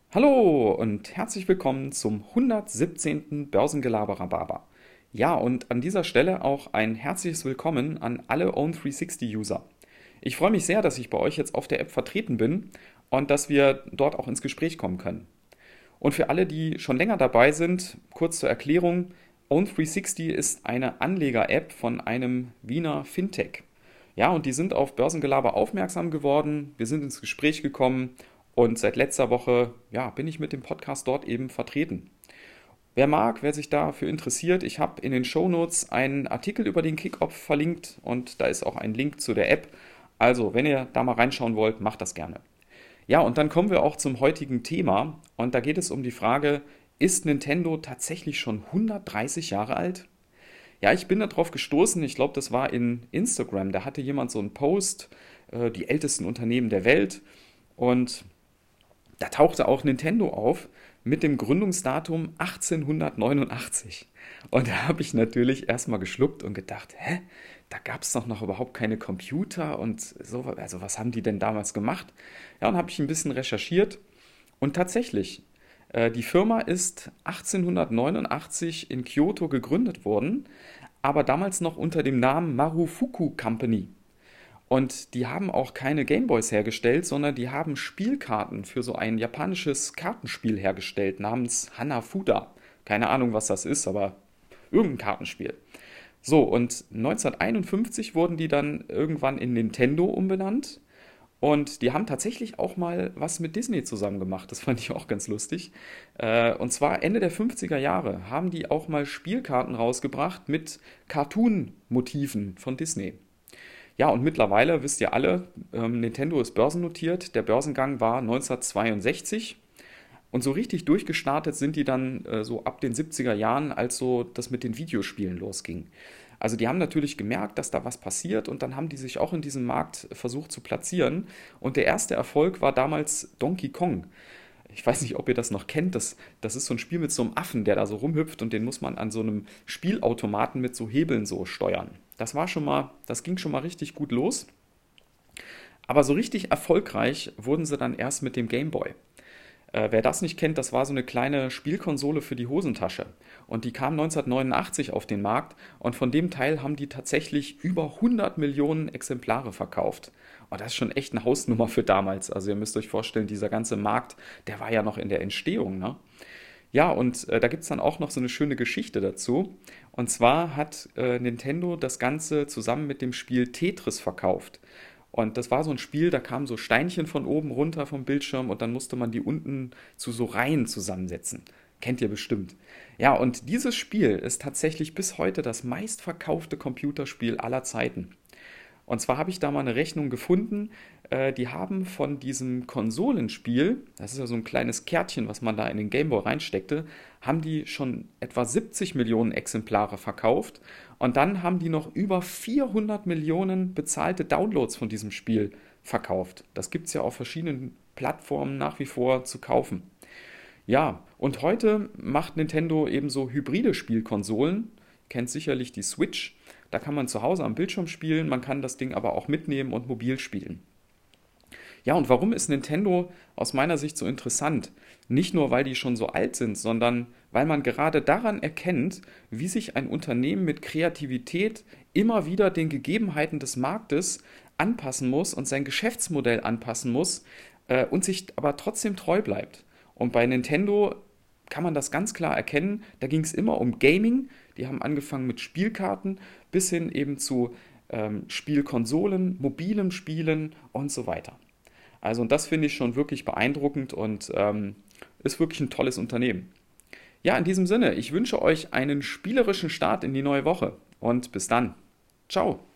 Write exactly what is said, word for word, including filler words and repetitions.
Hallo und herzlich willkommen zum hundertsiebzehnten Börsengelaber-Rhabarber. Ja, und an dieser Stelle auch ein herzliches Willkommen an alle Own dreihundertsechzig-User. Ich freue mich sehr, dass ich bei euch jetzt auf der App vertreten bin und dass wir dort auch ins Gespräch kommen können. Und für alle, die schon länger dabei sind, kurz zur Erklärung: Own dreihundertsechzig ist eine Anleger-App von einem Wiener Fintech. Ja, und die sind auf Börsengelaber aufmerksam geworden, wir sind ins Gespräch gekommen und seit letzter Woche, ja, bin ich mit dem Podcast dort eben vertreten. Wer mag, wer sich dafür interessiert, ich habe in den Shownotes einen Artikel über den Kickoff verlinkt und da ist auch ein Link zu der App. Also, wenn ihr da mal reinschauen wollt, macht das gerne. Ja, und dann kommen wir auch zum heutigen Thema und da geht es um die Frage: Ist Nintendo tatsächlich schon hundertdreißig Jahre alt? Ja, ich bin darauf gestoßen, ich glaube, das war in Instagram, da hatte jemand so einen Post, äh, die ältesten Unternehmen der Welt, und da tauchte auch Nintendo auf mit dem Gründungsdatum achtzehnhundertneunundachtzig. Und da habe ich natürlich erstmal geschluckt und gedacht, hä, da gab es doch noch überhaupt keine Computer und so, also was haben die denn damals gemacht? Ja, und habe ich ein bisschen recherchiert und tatsächlich, äh, die Firma ist achtzehnhundertneunundachtzig in Kyoto gegründet worden, aber damals noch unter dem Namen Marufuku Company. Und die haben auch keine Gameboys hergestellt, sondern die haben Spielkarten für so ein japanisches Kartenspiel hergestellt namens Hanafuda. Keine Ahnung, was das ist, aber irgendein Kartenspiel. So, und neunzehnhunderteinundfünfzig wurden die dann irgendwann in Nintendo umbenannt. Und die haben tatsächlich auch mal was mit Disney zusammen gemacht. Das fand ich auch ganz lustig. Äh, und zwar Ende der fünfziger Jahre haben die auch mal Spielkarten rausgebracht mit Cartoon-Motiven von Disney. Ja, und mittlerweile wisst ihr alle, ähm, Nintendo ist börsennotiert. Der Börsengang war neunzehnhundertzweiundsechzig. Und so richtig durchgestartet sind die dann äh, so ab den siebziger Jahren, als so das mit den Videospielen losging. Also die haben natürlich gemerkt, dass da was passiert, und dann haben die sich auch in diesem Markt versucht zu platzieren. Und der erste Erfolg war damals Donkey Kong. Ich weiß nicht, ob ihr das noch kennt. Das, das ist so ein Spiel mit so einem Affen, der da so rumhüpft, und den muss man an so einem Spielautomaten mit so Hebeln so steuern. Das war schon mal, das ging schon mal richtig gut los. Aber so richtig erfolgreich wurden sie dann erst mit dem Game Boy. Äh, wer das nicht kennt, das war so eine kleine Spielkonsole für die Hosentasche. Und die kam neunzehnhundertneunundachtzig auf den Markt, und von dem Teil haben die tatsächlich über hundert Millionen Exemplare verkauft. Und das ist schon echt eine Hausnummer für damals. Also ihr müsst euch vorstellen, dieser ganze Markt, der war ja noch in der Entstehung, ne? Ja, und äh, da gibt es dann auch noch so eine schöne Geschichte dazu. Und zwar hat äh, Nintendo das Ganze zusammen mit dem Spiel Tetris verkauft. Und das war so ein Spiel, da kamen so Steinchen von oben runter vom Bildschirm, und dann musste man die unten zu so Reihen zusammensetzen. Kennt ihr bestimmt. Ja, und dieses Spiel ist tatsächlich bis heute das meistverkaufte Computerspiel aller Zeiten. Und zwar habe ich da mal eine Rechnung gefunden, äh, die haben von diesem Konsolenspiel, das ist ja so ein kleines Kärtchen, was man da in den Gameboy reinsteckte, haben die schon etwa siebzig Millionen Exemplare verkauft, und dann haben die noch über vierhundert Millionen bezahlte Downloads von diesem Spiel verkauft. Das gibt es ja auf verschiedenen Plattformen nach wie vor zu kaufen. Ja, und heute macht Nintendo ebenso hybride Spielkonsolen. Kennt sicherlich die Switch. Da kann man zu Hause am Bildschirm spielen, man kann das Ding aber auch mitnehmen und mobil spielen. Ja, und warum ist Nintendo aus meiner Sicht so interessant? Nicht nur, weil die schon so alt sind, sondern weil man gerade daran erkennt, wie sich ein Unternehmen mit Kreativität immer wieder den Gegebenheiten des Marktes anpassen muss und sein Geschäftsmodell anpassen muss, äh, und sich aber trotzdem treu bleibt. Und bei Nintendo kann man das ganz klar erkennen. Da ging es immer um Gaming. Die haben angefangen mit Spielkarten bis hin eben zu ähm, Spielkonsolen, mobilen Spielen und so weiter. Also, und das finde ich schon wirklich beeindruckend und ähm, ist wirklich ein tolles Unternehmen. Ja, in diesem Sinne, ich wünsche euch einen spielerischen Start in die neue Woche und bis dann. Ciao.